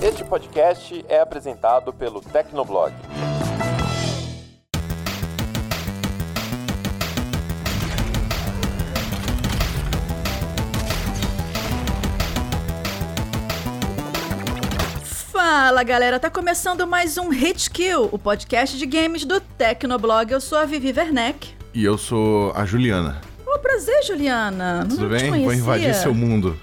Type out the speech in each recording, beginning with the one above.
Este podcast é apresentado pelo Tecnoblog. Fala galera, tá começando mais um Hit Kill, o podcast de games do Tecnoblog. Eu sou a Vivi Werneck. E eu sou a Juliana. Oh, prazer, Juliana. Tudo bem? Vou invadir seu mundo.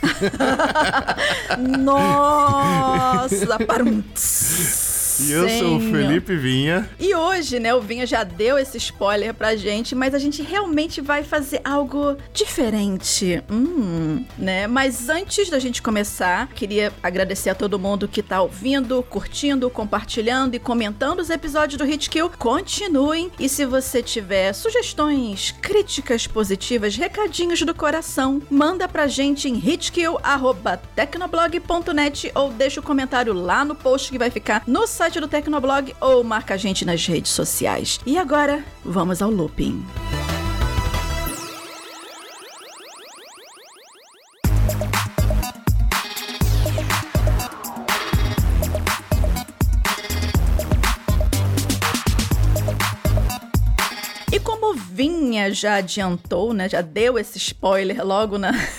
Nossa, para um... E eu sou o Felipe Vinha. E hoje, né, o Vinha já deu esse spoiler pra gente, mas a gente realmente vai fazer algo diferente. Né? Mas antes da gente começar, queria agradecer a todo mundo que tá ouvindo, curtindo, compartilhando e comentando os episódios do Hit Kill. Continuem. E se você tiver sugestões, críticas positivas, recadinhos do coração, manda pra gente em hitkill@tecnoblog.net ou deixa o comentário lá no post que vai ficar no site do Tecnoblog ou marca a gente nas redes sociais. E agora, vamos ao looping. E como Vinha já adiantou, né, já deu esse spoiler logo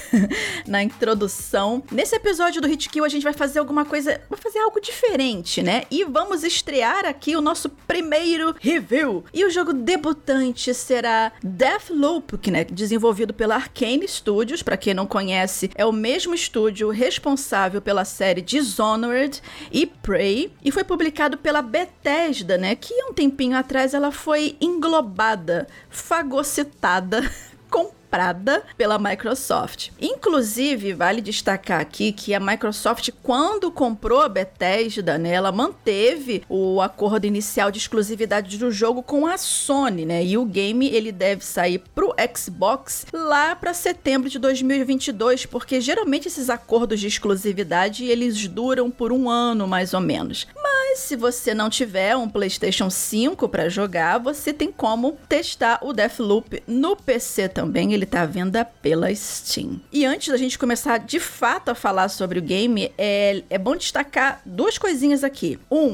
na introdução, nesse episódio do Hit Kill a gente vai fazer alguma coisa, vai fazer algo diferente, né? E vamos estrear aqui o nosso primeiro review. E o jogo debutante será Deathloop, que, né, desenvolvido pela Arkane Studios. Pra quem não conhece, é o mesmo estúdio responsável pela série Dishonored e Prey, e foi publicado pela Bethesda, né, que há um tempinho atrás ela foi englobada, fagocitada, comprada pela Microsoft. Inclusive, vale destacar aqui que a Microsoft, quando comprou a Bethesda, né, ela manteve o acordo inicial de exclusividade do jogo com a Sony, né? E o game ele deve sair pro Xbox lá para setembro de 2022, porque geralmente esses acordos de exclusividade eles duram por um ano mais ou menos. Mas se você não tiver um PlayStation 5 para jogar, você tem como testar o Deathloop no PC também. Ele tá à venda pela Steam. E antes da gente começar de fato a falar sobre o game, é bom destacar duas coisinhas aqui.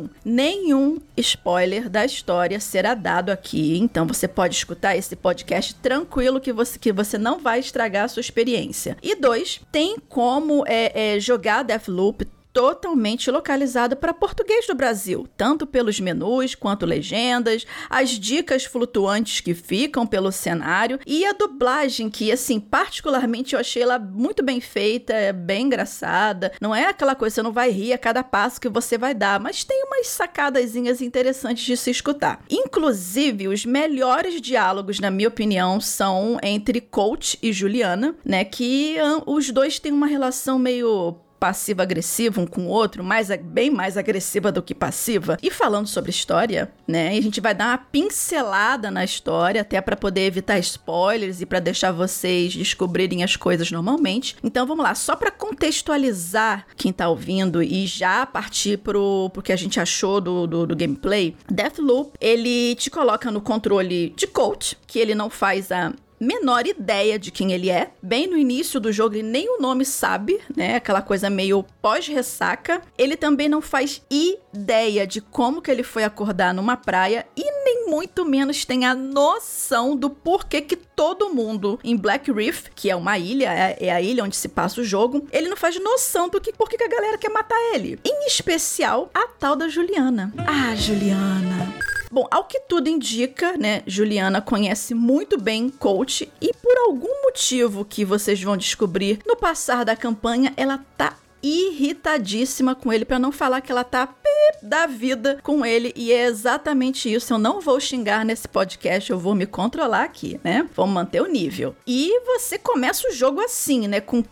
Nenhum spoiler da história será dado aqui, então você pode escutar esse podcast tranquilo que você não vai estragar a sua experiência. E 2, tem como jogar Deathloop totalmente localizado para português do Brasil, tanto pelos menus quanto legendas, as dicas flutuantes que ficam pelo cenário e a dublagem que, assim, particularmente eu achei ela muito bem feita, é bem engraçada, não é aquela coisa, você não vai rir a cada passo que você vai dar, mas tem umas sacadazinhas interessantes de se escutar. Inclusive, os melhores diálogos, na minha opinião, são entre Colt e Juliana, né, que os dois têm uma relação meio passivo-agressivo um com o outro, bem mais agressiva do que passiva. E falando sobre história, né, a gente vai dar uma pincelada na história, até para poder evitar spoilers e para deixar vocês descobrirem as coisas normalmente. Então vamos lá, só para contextualizar quem tá ouvindo e já partir pro que a gente achou do gameplay, Deathloop, ele te coloca no controle de Colt, que ele não faz a menor ideia de quem ele é. Bem no início do jogo, ele nem o nome sabe, né? Aquela coisa meio pós-ressaca. Ele também não faz ideia de como que ele foi acordar numa praia e nem muito menos tem a noção do porquê que todo mundo em Black Reef, que é uma ilha, é a ilha onde se passa o jogo, ele não faz noção do porquê que a galera quer matar ele. Em especial, a tal da Juliana. Ah, Juliana... Bom, ao que tudo indica, né, Juliana conhece muito bem Colt e por algum motivo que vocês vão descobrir no passar da campanha, ela tá irritadíssima com ele, pra não falar que ela tá da vida com ele, e é exatamente isso. Eu não vou xingar nesse podcast, eu vou me controlar aqui, né? Vamos manter o nível. E você começa o jogo assim, né? Com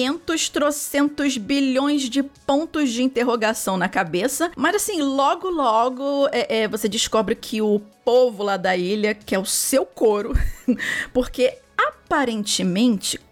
500 bilhões de pontos de interrogação na cabeça, mas assim, logo você descobre que o povo lá da ilha quer o seu couro, porque aparentemente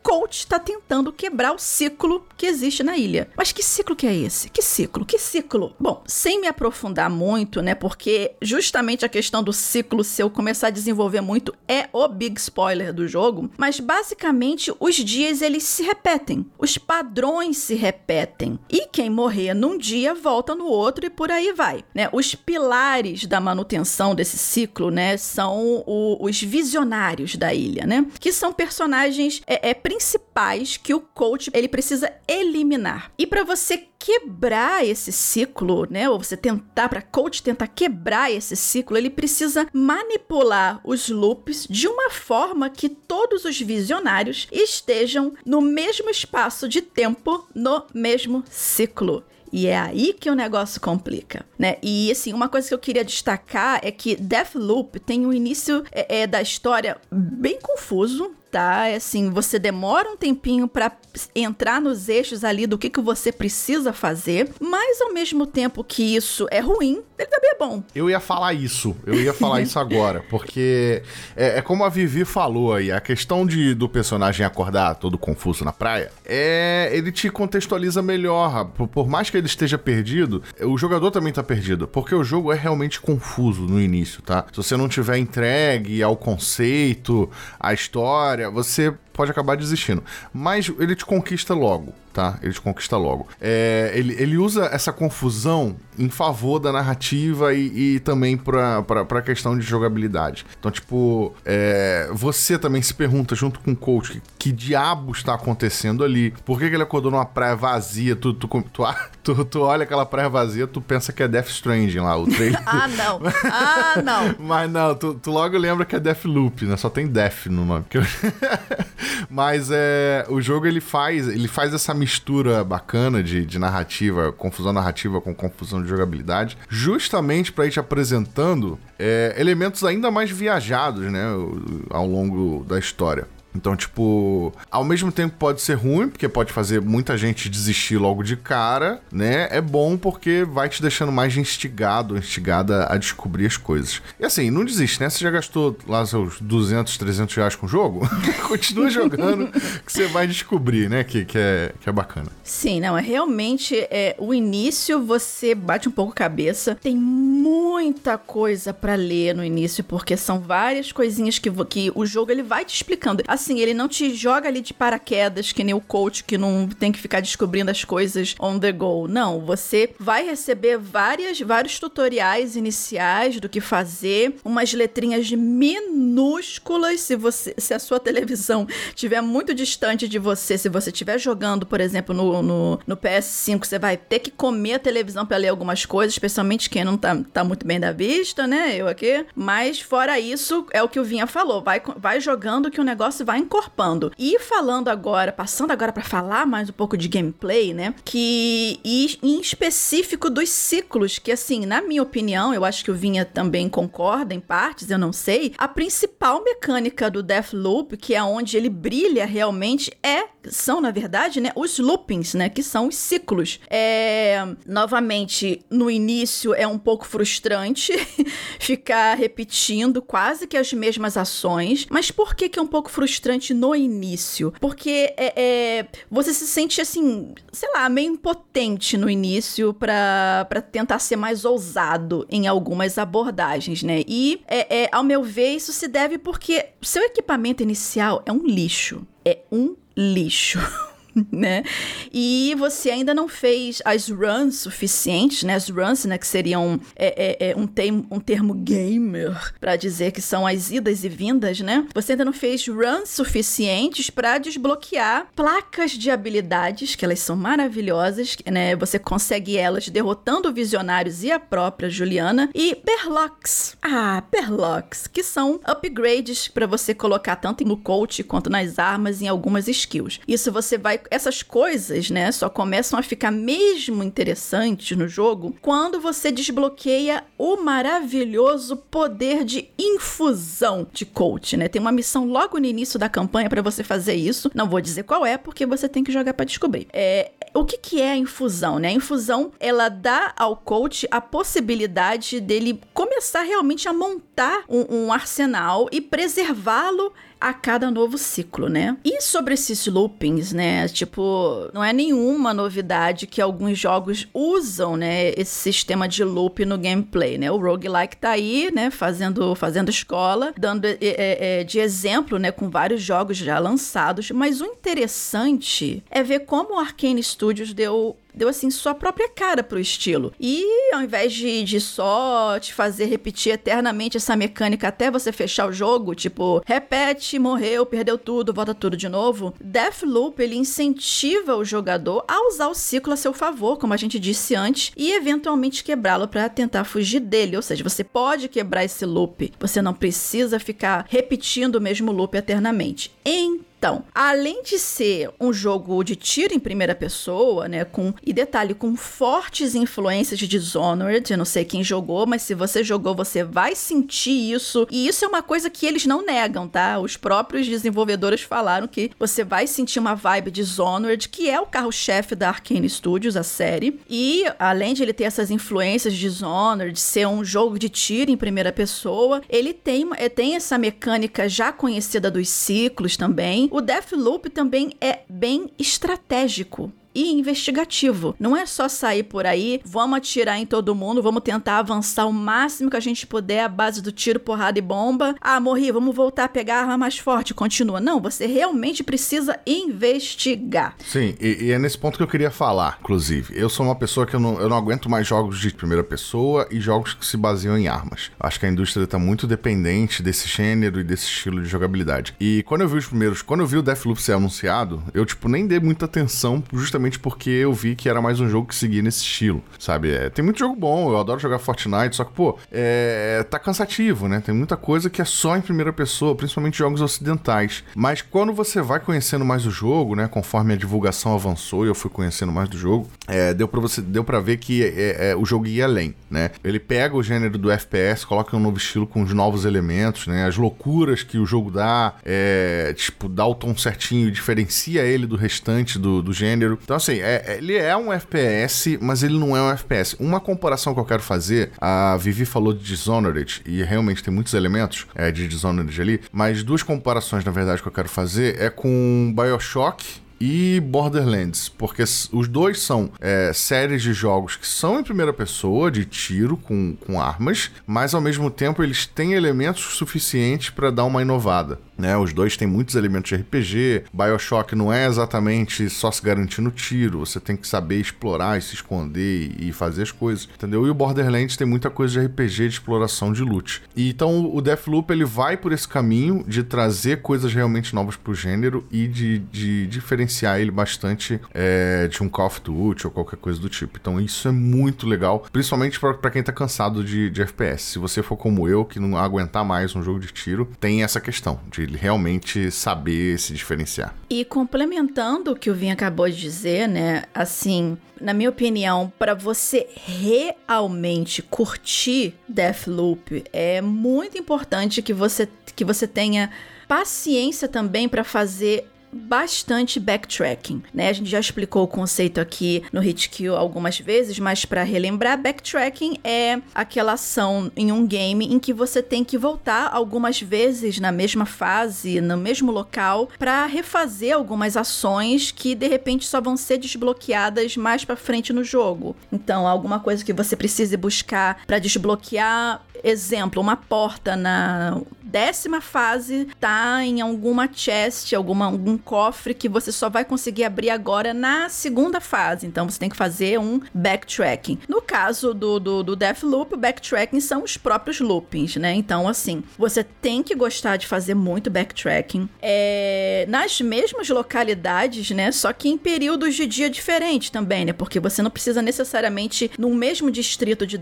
coach tá tentando quebrar o ciclo que existe na ilha. Mas que ciclo que é esse? Que ciclo? Que ciclo? Bom, sem me aprofundar muito, né, porque justamente a questão do ciclo, se eu começar a desenvolver muito, é o big spoiler do jogo, mas basicamente os dias eles se repetem, os padrões se repetem, e quem morrer num dia volta no outro e por aí vai, né? Os pilares da manutenção desse ciclo, né, são os visionários da ilha, né, que são personagens principais que o coach ele precisa eliminar. E para você quebrar esse ciclo, né, ou você para coach tentar quebrar esse ciclo, ele precisa manipular os loops de uma forma que todos os visionários estejam no mesmo espaço de tempo, no mesmo ciclo. E é aí que o negócio complica, né? E, assim, uma coisa que eu queria destacar é que Deathloop tem um início da história bem confuso, tá? Assim, você demora um tempinho pra entrar nos eixos ali do que você precisa fazer, mas ao mesmo tempo que isso é ruim, ele também é bom. Eu ia falar isso agora, porque é como a Vivi falou aí, a questão do personagem acordar todo confuso na praia, ele te contextualiza melhor, por mais que ele esteja perdido, o jogador também tá perdido, porque o jogo é realmente confuso no início, tá? Se você não tiver entregue ao conceito, à história, você pode acabar desistindo. Mas ele te conquista logo, tá? Ele te conquista logo. Ele usa essa confusão em favor da narrativa e também pra questão de jogabilidade. Então, tipo, você também se pergunta junto com o coach que diabos está acontecendo ali. Por que ele acordou numa praia vazia? Tu olha aquela praia vazia, tu pensa que é Death Stranding lá, o trailer. não. Mas não, tu logo lembra que é Deathloop, né? Só tem Death no nome. Mas o jogo ele faz essa mistura bacana de narrativa, confusão narrativa com confusão de jogabilidade, justamente pra ir te apresentando elementos ainda mais viajados, né, ao longo da história. Então, tipo, ao mesmo tempo pode ser ruim, porque pode fazer muita gente desistir logo de cara, né? É bom porque vai te deixando mais instigada a descobrir as coisas. E assim, não desiste, né? Você já gastou lá seus 200, 300 reais com o jogo? Continua jogando, que você vai descobrir, né? Que é bacana. Sim, não, realmente o início você bate um pouco a cabeça, tem muita coisa pra ler no início, porque são várias coisinhas que o jogo ele vai te explicando. Assim, ele não te joga ali de paraquedas, que nem o coach, que não tem que ficar descobrindo as coisas on the go. Não, você vai receber vários tutoriais iniciais do que fazer, umas letrinhas minúsculas, se a sua televisão estiver muito distante de você, se você estiver jogando, por exemplo, no PS5, você vai ter que comer a televisão para ler algumas coisas, especialmente quem não tá muito bem da vista, né? Eu aqui. Mas, fora isso, é o que o Vinha falou, vai jogando que o negócio vai encorpando. E passando agora pra falar mais um pouco de gameplay, né? E em específico dos ciclos, que assim, na minha opinião, eu acho que o Vinha também concorda em partes, eu não sei, a principal mecânica do Deathloop, que é onde ele brilha realmente, são, na verdade, né, os loopings, né, que são os ciclos. Novamente, no início é um pouco frustrante ficar repetindo quase que as mesmas ações, mas por que é um pouco frustrante no início? Porque você se sente, assim, sei lá, meio impotente no início pra tentar ser mais ousado em algumas abordagens, né? E, ao meu ver, isso se deve porque seu equipamento inicial é um lixo. Né? E você ainda não fez as runs suficientes, né? As runs, né, que seriam um termo gamer pra dizer que são as idas e vindas, né? Você ainda não fez runs suficientes pra desbloquear placas de habilidades, que elas são maravilhosas, né? Você consegue elas derrotando visionários e a própria Juliana, e perlocks, que são upgrades pra você colocar tanto no coach quanto nas armas, em algumas skills. Isso você vai... Essas coisas, né, só começam a ficar mesmo interessantes no jogo quando você desbloqueia o maravilhoso poder de infusão de coach, né? Tem uma missão logo no início da campanha pra você fazer isso. Não vou dizer qual é, porque você tem que jogar pra descobrir. O que é a infusão, né? A infusão, ela dá ao coach a possibilidade dele começar realmente a montar um arsenal e preservá-lo a cada novo ciclo, né? E sobre esses loopings, né? Tipo, não é nenhuma novidade que alguns jogos usam, né, esse sistema de loop no gameplay, né? O roguelike tá aí, né, fazendo escola, dando de exemplo, né, com vários jogos já lançados, mas o interessante é ver como o Arkane Studios deu assim, sua própria cara pro estilo. E ao invés de só te fazer repetir eternamente essa mecânica até você fechar o jogo, tipo, repete, morreu, perdeu tudo, volta tudo de novo, Deathloop, ele incentiva o jogador a usar o ciclo a seu favor, como a gente disse antes, e eventualmente quebrá-lo pra tentar fugir dele. Ou seja, você pode quebrar esse loop, você não precisa ficar repetindo o mesmo loop eternamente. Então, além de ser um jogo de tiro em primeira pessoa, né, com fortes influências de Dishonored, eu não sei quem jogou, mas se você jogou, você vai sentir isso, e isso é uma coisa que eles não negam, tá? Os próprios desenvolvedores falaram que você vai sentir uma vibe Dishonored, que é o carro-chefe da Arkane Studios, a série, e além de ele ter essas influências de Dishonored, ser um jogo de tiro em primeira pessoa, ele tem essa mecânica já conhecida dos ciclos também. O Deathloop também é bem estratégico e investigativo. Não é só sair por aí, vamos atirar em todo mundo, vamos tentar avançar o máximo que a gente puder à base do tiro, porrada e bomba. Ah, morri, vamos voltar a pegar a arma mais forte, continua. Não, você realmente precisa investigar. Sim, e é nesse ponto que eu queria falar, inclusive. Eu sou uma pessoa que eu não aguento mais jogos de primeira pessoa e jogos que se baseiam em armas. Acho que a indústria tá muito dependente desse gênero e desse estilo de jogabilidade. E quando eu vi o Deathloop ser anunciado, eu, nem dei muita atenção, justamente porque eu vi que era mais um jogo que seguia nesse estilo, sabe? Tem muito jogo bom, eu adoro jogar Fortnite, só que, tá cansativo, né? Tem muita coisa que é só em primeira pessoa, principalmente jogos ocidentais. Mas quando você vai conhecendo mais o jogo, né? Conforme a divulgação avançou e eu fui conhecendo mais do jogo, deu pra ver que o jogo ia além, né? Ele pega o gênero do FPS, coloca um novo estilo com os novos elementos, né? As loucuras que o jogo dá, dá o tom certinho, diferencia ele do restante do gênero. Então, assim, ele é um FPS, mas ele não é um FPS. Uma comparação que eu quero fazer, a Vivi falou de Dishonored, e realmente tem muitos elementos de Dishonored ali, mas duas comparações, na verdade, que eu quero fazer é com BioShock e Borderlands, porque os dois são séries de jogos que são em primeira pessoa, de tiro com armas, mas ao mesmo tempo eles têm elementos suficientes para dar uma inovada, né? Os dois têm muitos elementos de RPG. BioShock não é exatamente só se garantir no tiro, você tem que saber explorar e se esconder e fazer as coisas, entendeu? E o Borderlands tem muita coisa de RPG, de exploração, de loot. E então o Deathloop, ele vai por esse caminho de trazer coisas realmente novas pro gênero e de diferenciar ele bastante de um Call of Duty ou qualquer coisa do tipo. Então isso é muito legal, principalmente pra quem tá cansado de FPS. Se você for como eu, que não aguentar mais um jogo de tiro, tem essa questão de realmente saber se diferenciar. E complementando o que o Vin acabou de dizer, né, assim, na minha opinião, para você realmente curtir Deathloop, é muito importante que você tenha paciência também para fazer bastante backtracking, né? A gente já explicou o conceito aqui no Hit Kill algumas vezes, mas para relembrar, backtracking é aquela ação em um game em que você tem que voltar algumas vezes na mesma fase, no mesmo local, para refazer algumas ações que de repente só vão ser desbloqueadas mais para frente no jogo. Então, alguma coisa que você precise buscar para desbloquear, exemplo, uma porta na 10ª fase tá em alguma chest, algum cofre que você só vai conseguir abrir agora na 2ª fase. Então você tem que fazer um backtracking. No caso do Deathloop, o backtracking são os próprios loopings, né? Então, assim, você tem que gostar de fazer muito backtracking. Nas mesmas localidades, né? Só que em períodos de dia diferentes também, né? Porque você não precisa necessariamente, no mesmo distrito de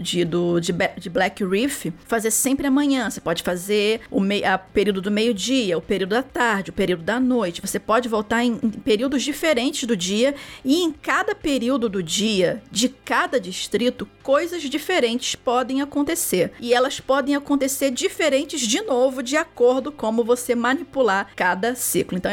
Black Reef, fazer sempre amanhã. Você pode fazer o período do meio-dia, o período da tarde, o período da noite. Você pode voltar em períodos diferentes do dia, e em cada período do dia, de cada distrito, coisas diferentes podem acontecer. E elas podem acontecer diferentes de novo, de acordo com como você manipular cada ciclo. Então é uma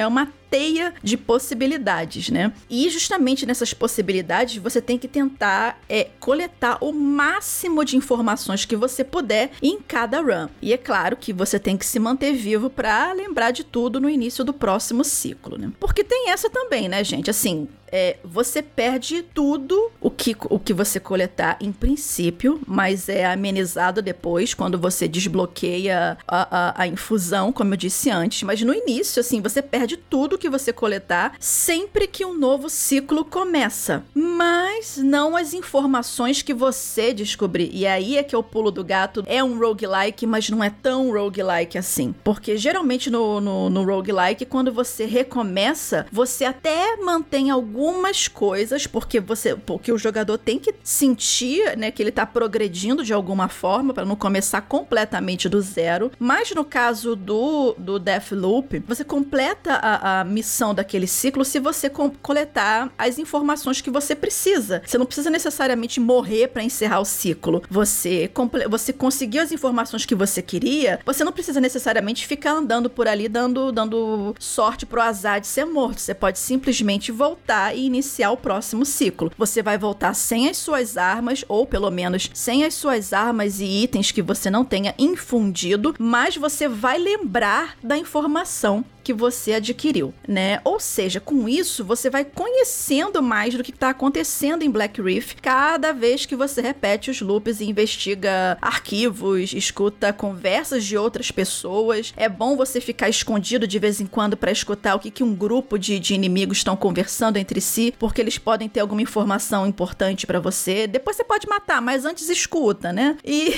teia de possibilidades, né? E justamente nessas possibilidades, você tem que tentar coletar o máximo de informações que você puder em cada run. E é claro que você tem que se manter vivo pra lembrar de tudo no início do próximo ciclo, né? Porque tem essa também, né, gente? Assim, você perde tudo o que você coletar em princípio, mas é amenizado depois, quando você desbloqueia a infusão, como eu disse antes. Mas no início, assim, você perde tudo que você coletar sempre que um novo ciclo começa. Mas não as informações que você descobrir. E aí é que é o pulo do gato. É um roguelike, mas não é tão roguelike assim. Porque geralmente no roguelike, quando você recomeça, você até mantém algumas coisas, porque o jogador tem que sentir, né, que ele tá progredindo de alguma forma, para não começar completamente do zero. Mas no caso do Deathloop, você completa a missão daquele ciclo se você coletar as informações que você precisa. Você não precisa necessariamente morrer para encerrar o ciclo. Você conseguiu as informações que você queria, você não precisa necessariamente ficar andando por ali dando sorte pro azar de ser morto. Você pode simplesmente voltar e iniciar o próximo ciclo. Você vai voltar sem as suas armas, ou pelo menos sem as suas armas e itens que você não tenha infundido, mas você vai lembrar da informação que você adquiriu, né? Ou seja, com isso, você vai conhecendo mais do que está acontecendo em Black Reef cada vez que você repete os loops e investiga arquivos, escuta conversas de outras pessoas. É bom você ficar escondido de vez em quando para escutar o que um grupo de inimigos estão conversando entre si, porque eles podem ter alguma informação importante para você. Depois você pode matar, mas antes escuta, né?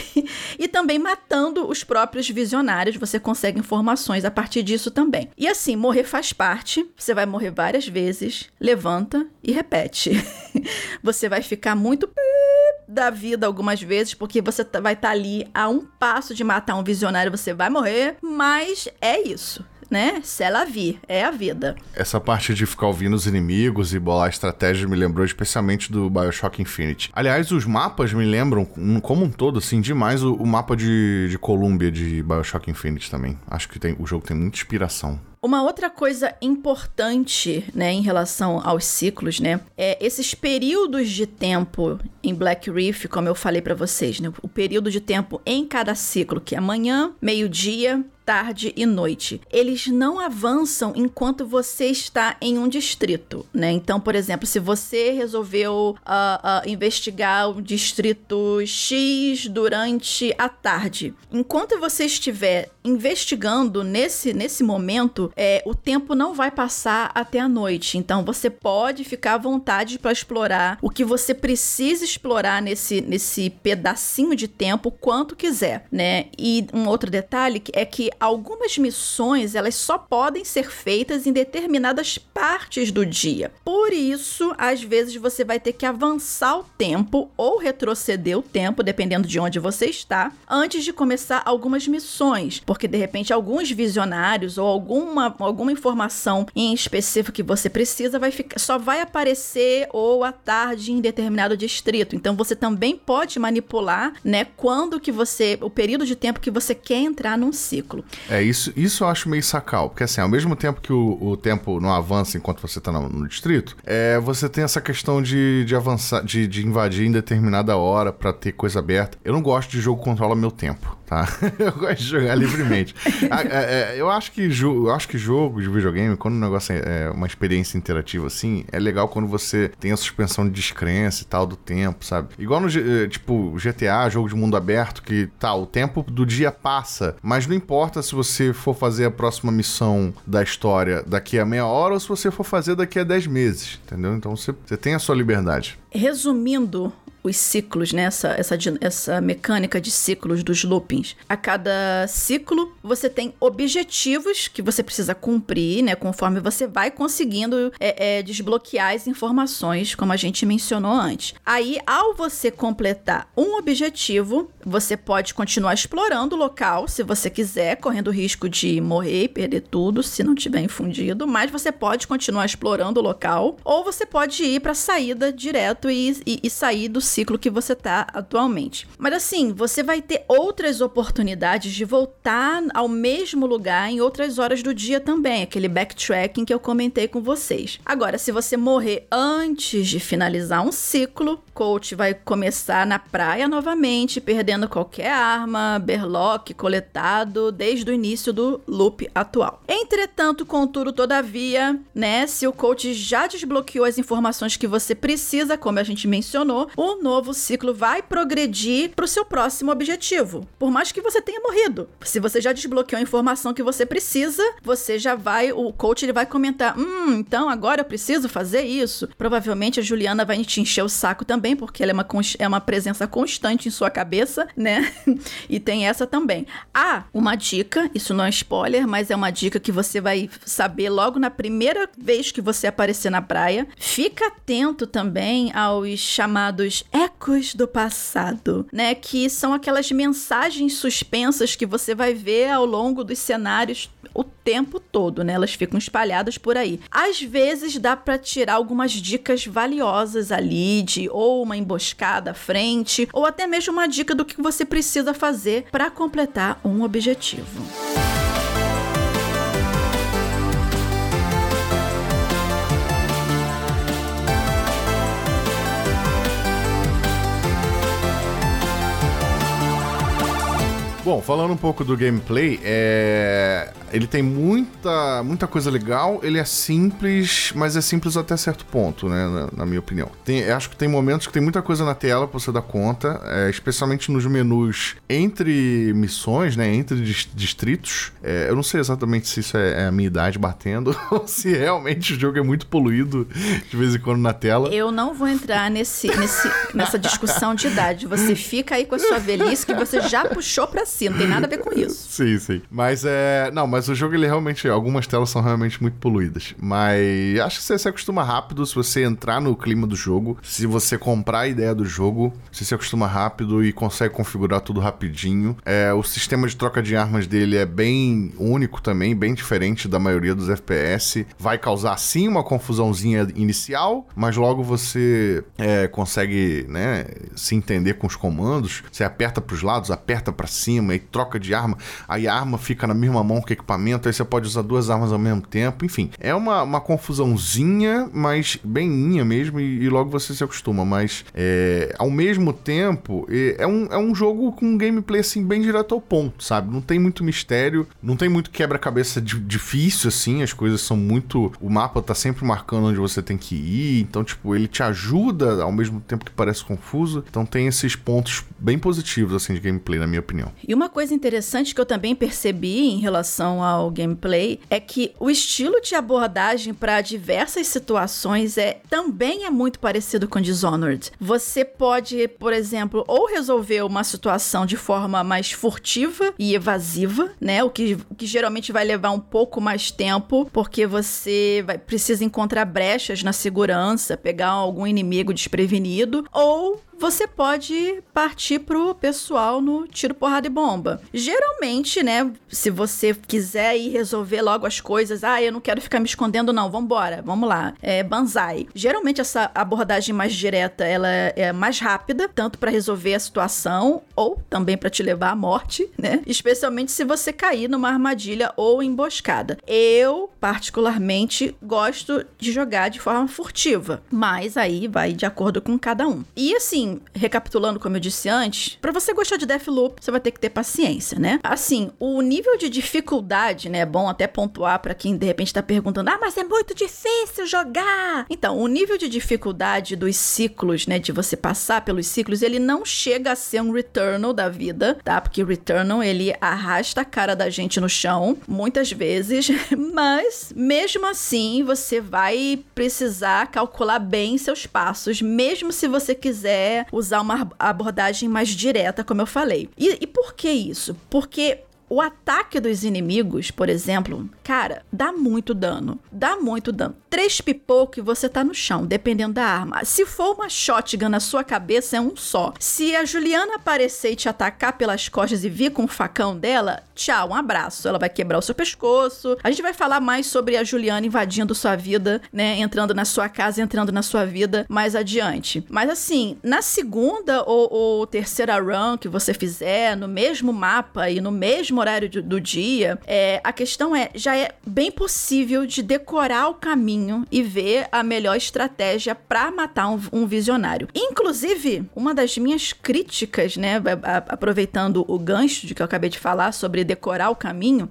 E também matando os próprios visionários, você consegue informações a partir disso também. E assim, morrer faz parte, você vai morrer várias vezes, levanta e repete. Você vai ficar muito da vida algumas vezes, porque você vai estar ali a um passo de matar um visionário, você vai morrer, mas é isso, né? C'est la vie, é a vida. Essa parte de ficar ouvindo os inimigos e bolar estratégias me lembrou especialmente do BioShock Infinite. Aliás, os mapas me lembram, como um todo, assim, demais o mapa de Columbia de BioShock Infinite também. Acho que o jogo tem muita inspiração. Uma outra coisa importante, né, em relação aos ciclos, né, é esses períodos de tempo em Black Reef, como eu falei pra vocês, né, o período de tempo em cada ciclo, que é manhã, meio-dia, tarde e noite. Eles não avançam enquanto você está em um distrito, né? Então, por exemplo, se você resolveu investigar o distrito X durante a tarde, enquanto você estiver investigando nesse momento, o tempo não vai passar até a noite. Então, você pode ficar à vontade para explorar o que você precisa explorar nesse pedacinho de tempo quanto quiser, né? E um outro detalhe é que algumas missões, elas só podem ser feitas em determinadas partes do dia. Por isso, às vezes você vai ter que avançar o tempo ou retroceder o tempo, dependendo de onde você está, antes de começar algumas missões. Porque, de repente, alguns visionários ou alguma informação em específico que você precisa só vai aparecer ou à tarde em determinado distrito. Então, você também pode manipular, né, o período de tempo que você quer entrar num ciclo. Isso eu acho meio sacal, porque assim, ao mesmo tempo que o tempo não avança enquanto você tá no distrito, você tem essa questão de avançar, de invadir em determinada hora pra ter coisa aberta. Eu não gosto de jogo que controla meu tempo, tá? Eu gosto de jogar livremente. Eu acho que jogo de videogame, quando o negócio é uma experiência interativa assim, é legal quando você tem a suspensão de descrença e tal do tempo, sabe? Igual no tipo GTA, jogo de mundo aberto, que o tempo do dia passa, mas não importa se você for fazer a próxima missão da história daqui a meia hora ou se você for fazer daqui a 10 meses, entendeu? Então você tem a sua liberdade. Resumindo os ciclos, né? Essa mecânica de ciclos dos loopings. A cada ciclo, você tem objetivos que você precisa cumprir, né? Conforme você vai conseguindo desbloquear as informações, como a gente mencionou antes. Aí, ao você completar um objetivo, você pode continuar explorando o local, se você quiser, correndo o risco de morrer e perder tudo, se não tiver infundido, mas você pode continuar explorando o local, ou você pode ir para a saída direto e sair do ciclo que você tá atualmente. Mas assim, você vai ter outras oportunidades de voltar ao mesmo lugar em outras horas do dia também, aquele backtracking que eu comentei com vocês. Agora, se você morrer antes de finalizar um ciclo, o coach vai começar na praia novamente, perdendo qualquer arma, berlock coletado desde o início do loop atual. Entretanto, contudo, todavia, né, se o coach já desbloqueou as informações que você precisa, como a gente mencionou, o novo ciclo vai progredir para o seu próximo objetivo. Por mais que você tenha morrido. Se você já desbloqueou a informação que você precisa, você já vai, o coach ele vai comentar, então agora eu preciso fazer isso. Provavelmente a Juliana vai te encher o saco também, porque ela é uma presença constante em sua cabeça, né? E tem essa também. Uma dica, isso não é spoiler, mas é uma dica que você vai saber logo na primeira vez que você aparecer na praia. Fica atento também aos chamados ecos do passado, né? Que são aquelas mensagens suspensas que você vai ver ao longo dos cenários o tempo todo, né? Elas ficam espalhadas por aí. Às vezes dá pra tirar algumas dicas valiosas ali, de ou uma emboscada à frente, ou até mesmo uma dica do que você precisa fazer para completar um objetivo. Bom, falando um pouco do gameplay, ele tem muita coisa legal, ele é simples, mas é simples até certo ponto, né, na minha opinião. Acho que tem momentos que tem muita coisa na tela pra você dar conta, especialmente nos menus entre missões, né, entre distritos. Eu não sei exatamente se isso é a minha idade batendo, ou se realmente o jogo é muito poluído de vez em quando na tela. Eu não vou entrar nessa discussão de idade. Você fica aí com a sua velhice que você já puxou pra cima. Não tem nada a ver com isso. Sim. Mas mas o jogo, ele realmente... Algumas telas são realmente muito poluídas. Mas acho que você se acostuma rápido se você entrar no clima do jogo. Se você comprar a ideia do jogo, você se acostuma rápido e consegue configurar tudo rapidinho. O sistema de troca de armas dele é bem único também, bem diferente da maioria dos FPS. Vai causar, sim, uma confusãozinha inicial, mas logo você consegue, né, se entender com os comandos. Você aperta pros lados, aperta pra cima, e troca de arma, aí a arma fica na mesma mão que o equipamento, aí você pode usar duas armas ao mesmo tempo, enfim. É uma confusãozinha, mas beninha mesmo, e logo você se acostuma, mas ao mesmo tempo, é um jogo com um gameplay, assim, bem direto ao ponto, sabe? Não tem muito mistério, não tem muito quebra-cabeça difícil, assim, as coisas são muito... O mapa tá sempre marcando onde você tem que ir, então, tipo, ele te ajuda ao mesmo tempo que parece confuso, então tem esses pontos bem positivos, assim, de gameplay, na minha opinião. E uma coisa interessante que eu também percebi em relação ao gameplay é que o estilo de abordagem para diversas situações também é muito parecido com Dishonored. Você pode, por exemplo, ou resolver uma situação de forma mais furtiva e evasiva, né? O que geralmente vai levar um pouco mais tempo, porque você precisa encontrar brechas na segurança, pegar algum inimigo desprevenido, ou você pode partir pro pessoal no tiro, porrada e bomba. Geralmente, né, se você quiser ir resolver logo as coisas, eu não quero ficar me escondendo não, vambora, vamos lá, banzai. Geralmente essa abordagem mais direta, ela é mais rápida, tanto pra resolver a situação, ou também pra te levar à morte, né, especialmente se você cair numa armadilha ou emboscada. Eu, particularmente, gosto de jogar de forma furtiva, mas aí vai de acordo com cada um. E assim, recapitulando como eu disse antes, pra você gostar de Deathloop, você vai ter que ter paciência, né? Assim, o nível de dificuldade, né, é bom até pontuar pra quem de repente tá perguntando, mas é muito difícil jogar! Então, o nível de dificuldade dos ciclos, né, de você passar pelos ciclos, ele não chega a ser um Returnal da vida, tá? Porque o Returnal, ele arrasta a cara da gente no chão, muitas vezes, mas mesmo assim, você vai precisar calcular bem seus passos, mesmo se você quiser usar uma abordagem mais direta, como eu falei. E por que isso? Porque o ataque dos inimigos, por exemplo, cara, dá muito dano. Dá muito dano. 3 pipocos e você tá no chão, dependendo da arma. Se for uma shotgun na sua cabeça, é um só. Se a Juliana aparecer e te atacar pelas costas e vir com o facão dela, tchau, um abraço. Ela vai quebrar o seu pescoço. A gente vai falar mais sobre a Juliana invadindo sua vida, né? Entrando na sua casa, entrando na sua vida mais adiante. Mas assim, na segunda ou terceira run que você fizer, no mesmo mapa e no mesmo horário do dia, a questão já é bem possível de decorar o caminho e ver a melhor estratégia pra matar um visionário. Inclusive, uma das minhas críticas, né, aproveitando o gancho de que eu acabei de falar sobre decorar o caminho,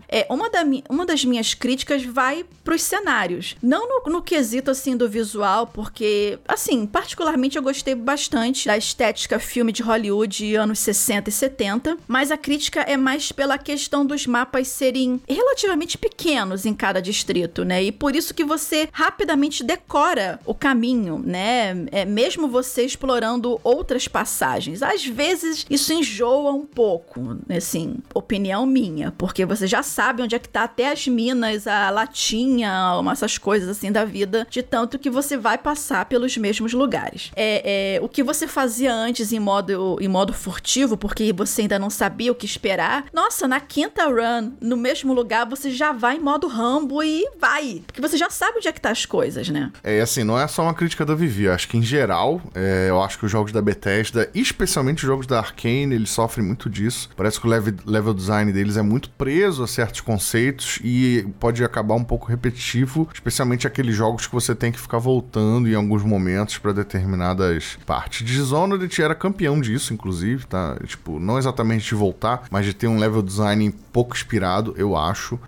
uma das minhas críticas vai pros cenários. Não no quesito, assim, do visual, porque, assim, particularmente eu gostei bastante da estética filme de Hollywood anos 60 e 70, mas a crítica é mais pela questão dos mapas serem relativamente pequenos em cada distrito, né? E por isso que você rapidamente decora o caminho, né? Mesmo você explorando outras passagens. Às vezes isso enjoa um pouco, assim, opinião minha, porque você já sabe onde é que tá até as minas, a latinha, essas coisas assim da vida, de tanto que você vai passar pelos mesmos lugares. O que você fazia antes em modo furtivo, porque você ainda não sabia o que esperar, nossa, na quinta run, no mesmo lugar, você já vai em modo Rambo e vai, porque você já sabe onde é que tá as coisas, né? Assim, não é só uma crítica da Vivi, eu acho que em geral, eu acho que os jogos da Bethesda, especialmente os jogos da Arcane, eles sofrem muito disso. Parece que o level design deles é muito preso a certos conceitos e pode acabar um pouco repetitivo, especialmente aqueles jogos que você tem que ficar voltando em alguns momentos pra determinadas partes. Dishonored era campeão disso, inclusive, tá? Tipo, não exatamente de voltar, mas de ter um level design pouco inspirado, eu acho,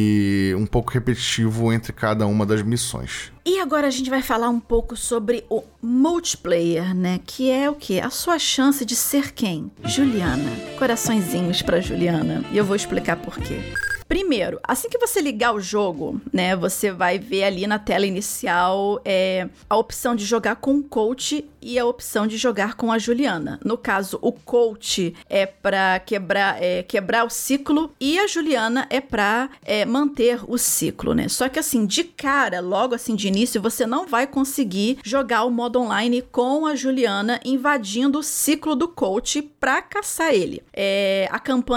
e um pouco repetitivo entre cada uma das missões. E agora a gente vai falar um pouco sobre o multiplayer, né? Que é o quê? A sua chance de ser quem? Juliana. Coraçõezinhos pra Juliana. E eu vou explicar por quê. Primeiro, assim que você ligar o jogo, né, você vai ver ali na tela inicial a opção de jogar com o coach e a opção de jogar com a Juliana. No caso, o coach é pra quebrar o ciclo e a Juliana é pra manter o ciclo, né? Só que assim, de cara, logo assim de início, você não vai conseguir jogar o modo online com a Juliana invadindo o ciclo do coach pra caçar ele. A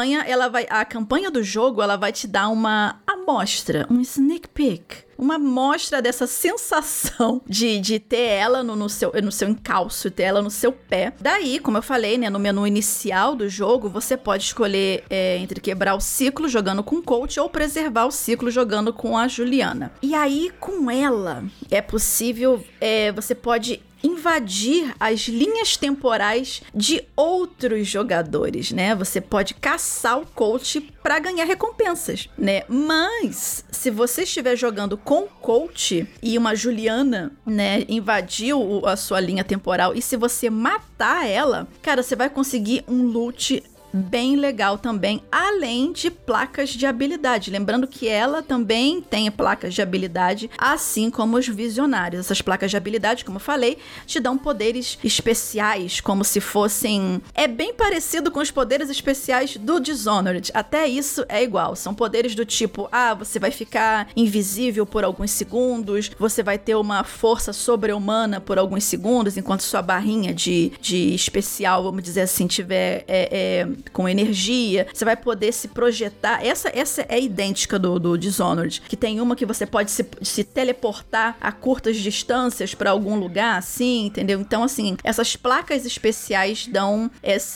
campanha do jogo, ela vai te dar uma amostra, um sneak peek, uma amostra dessa sensação de ter ela no seu encalço, ter ela no seu pé. Daí, como eu falei, né, no menu inicial do jogo, você pode escolher entre quebrar o ciclo jogando com o coach ou preservar o ciclo jogando com a Juliana. E aí, com ela, é possível, você pode invadir as linhas temporais de outros jogadores, né? Você pode caçar o coach para ganhar recompensas, né? Mas se você estiver jogando com o coach e uma Juliana, né, invadiu a sua linha temporal e se você matar ela, cara, você vai conseguir um loot bem legal também, além de placas de habilidade. Lembrando que ela também tem placas de habilidade, assim como os visionários. Essas placas de habilidade, como eu falei, te dão poderes especiais, como se fossem... É bem parecido com os poderes especiais do Dishonored. Até isso é igual. São poderes do tipo, você vai ficar invisível por alguns segundos, você vai ter uma força sobre-humana por alguns segundos, enquanto sua barrinha de especial, vamos dizer assim, tiver... com energia, você vai poder se projetar. Essa é idêntica do Dishonored, que tem uma que você pode se teleportar a curtas distâncias para algum lugar, assim, entendeu? Então, assim, essas placas especiais dão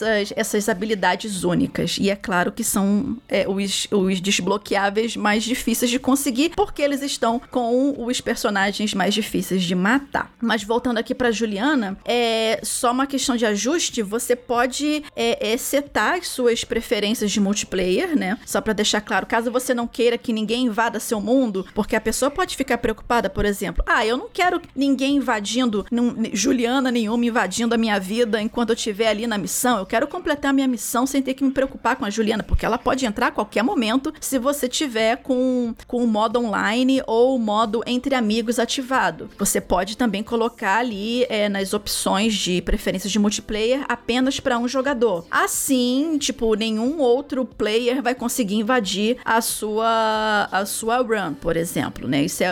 essas habilidades únicas. E é claro que são os desbloqueáveis mais difíceis de conseguir, porque eles estão com os personagens mais difíceis de matar. Mas voltando aqui pra Juliana, é só uma questão de ajuste. Você pode setar as suas preferências de multiplayer, né? Só pra deixar claro, caso você não queira que ninguém invada seu mundo, porque a pessoa pode ficar preocupada, por exemplo, eu não quero ninguém invadindo, Juliana nenhuma invadindo a minha vida enquanto eu estiver ali na missão, eu quero completar a minha missão sem ter que me preocupar com a Juliana, porque ela pode entrar a qualquer momento se você tiver com o modo online ou o modo entre amigos ativado. Você pode também colocar ali nas opções de preferências de multiplayer apenas para um jogador. Assim, nem, tipo, nenhum outro player vai conseguir invadir a sua run, por exemplo, né? Isso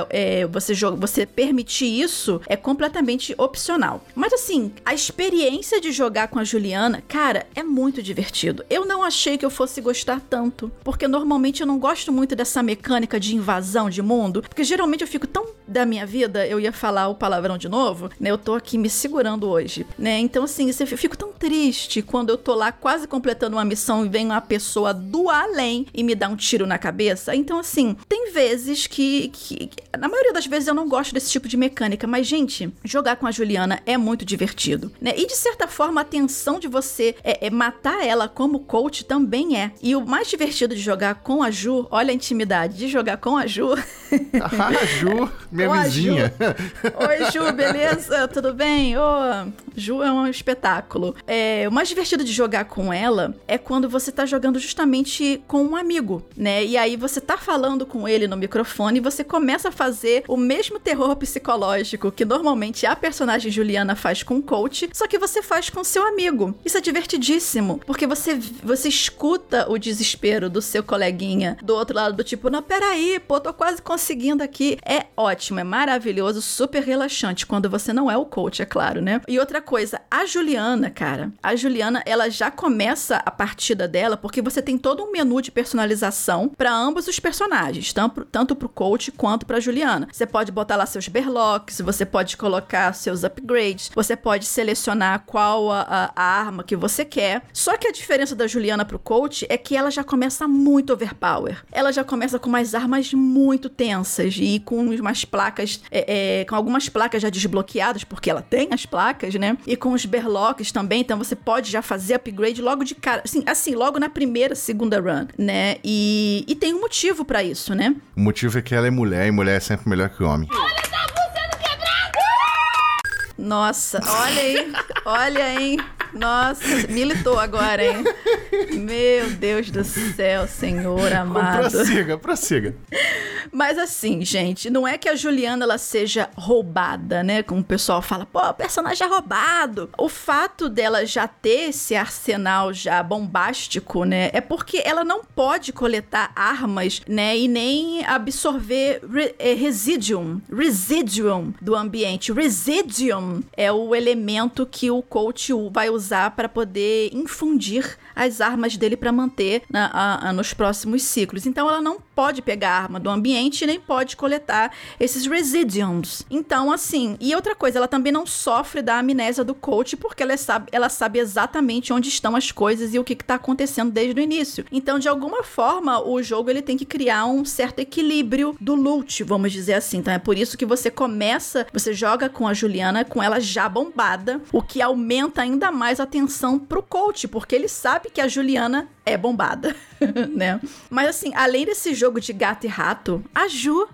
você permitir isso é completamente opcional. Mas assim, a experiência de jogar com a Juliana, cara, é muito divertido. Eu não achei que eu fosse gostar tanto, porque normalmente eu não gosto muito dessa mecânica de invasão de mundo, porque geralmente eu fico tão da minha vida, eu ia falar o palavrão de novo, né? Eu tô aqui me segurando hoje, né? Então assim, eu fico tão triste quando eu tô lá quase completando uma missão e vem uma pessoa do além e me dá um tiro na cabeça. Então assim, tem vezes que na maioria das vezes eu não gosto desse tipo de mecânica, mas gente, jogar com a Juliana é muito divertido, né? E de certa forma a tensão de você matar ela como coach também é. E o mais divertido de jogar com a Ju, olha a intimidade de jogar com a Ju. Ah, Ju, minha vizinha. Oi, Ju, beleza? Tudo bem? Ju é um espetáculo. O mais divertido de jogar com ela é quando você tá jogando justamente com um amigo, né? E aí você tá falando com ele no microfone e você começa a fazer o mesmo terror psicológico que normalmente a personagem Juliana faz com o coach, só que você faz com seu amigo. Isso é divertidíssimo, porque você escuta o desespero do seu coleguinha do outro lado, do tipo, não, peraí, pô, tô quase conseguindo aqui. É ótimo, é maravilhoso, super relaxante, quando você não é o coach, é claro, né? E outra coisa, a Juliana, cara, ela já começa a partida dela, porque você tem todo um menu de personalização para ambos os personagens, tanto pro coach quanto pra Juliana. Você pode botar lá seus berlocks, você pode colocar seus upgrades, você pode selecionar qual a arma que você quer. Só que a diferença da Juliana pro coach é que ela já começa muito overpower. Ela já começa com umas armas muito tensas e com umas placas, com algumas placas já desbloqueadas, porque ela tem as placas, né? E com os berlocks também, então você pode já fazer upgrade logo de cara, assim, logo na segunda run, né? E tem um motivo pra isso, né? O motivo é que ela é mulher e mulher é sempre melhor que homem. Nossa, olha, hein? Nossa, militou agora, hein? Meu Deus do céu, Senhor amado. Prossiga. Mas assim, gente, não é que a Juliana ela seja roubada, né? Como o pessoal fala, pô, o personagem é roubado. O fato dela já ter esse arsenal já bombástico, né? É porque ela não pode coletar armas, né? E nem absorver residuum do ambiente. Residuum é o elemento que o coach vai usar para poder infundir as armas dele para manter nos próximos ciclos. Então ela não pode pegar a arma do ambiente nem pode coletar esses residuums. Então assim, e outra coisa, ela também não sofre da amnésia do coach porque ela sabe exatamente onde estão as coisas e o que está acontecendo desde o início. Então de alguma forma o jogo ele tem que criar um certo equilíbrio do loot, vamos dizer assim. Então é por isso que você joga com a Juliana com ela já bombada, o que aumenta ainda mais a tensão pro coach, porque ele sabe que a Juliana é bombada, né? Mas assim, além desse jogo de gato e rato, a Ju,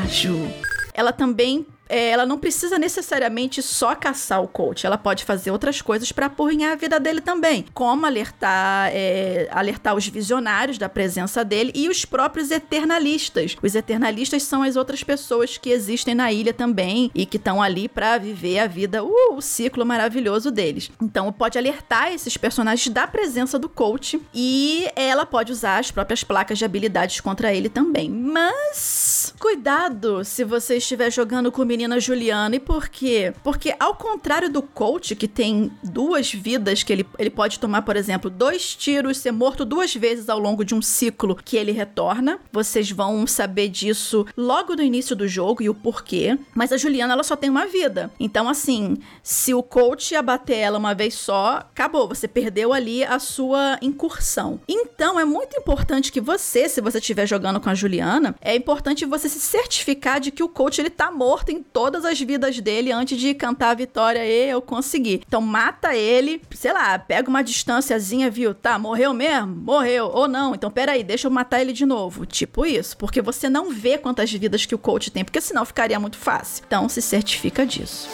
ela também ela não precisa necessariamente só caçar o coach, ela pode fazer outras coisas para apurrinhar a vida dele também, como alertar os visionários da presença dele e os próprios eternalistas. Os eternalistas são as outras pessoas que existem na ilha também e que estão ali para viver a vida, o ciclo maravilhoso deles. Então pode alertar esses personagens da presença do coach e ela pode usar as próprias placas de habilidades contra ele também. Mas cuidado se você estiver jogando com menina Juliana. E por quê? Porque ao contrário do coach, que tem 2 vidas, que ele pode tomar, por exemplo, 2 tiros, ser morto 2 vezes ao longo de um ciclo que ele retorna. Vocês vão saber disso logo no início do jogo e o porquê. Mas a Juliana, ela só tem uma vida. Então, assim, se o coach abater ela uma vez só, acabou. Você perdeu ali a sua incursão. Então, é muito importante que você, se você estiver jogando com a Juliana, é importante você se certificar de que o coach, ele tá morto em todas as vidas dele antes de cantar a vitória. Eu consegui. Então, mata ele, sei lá, pega uma distânciazinha, viu? Tá, morreu mesmo? Morreu. Ou não. Então, peraí, deixa eu matar ele de novo. Tipo isso. Porque você não vê quantas vidas que o coach tem, porque senão ficaria muito fácil. Então, se certifica disso.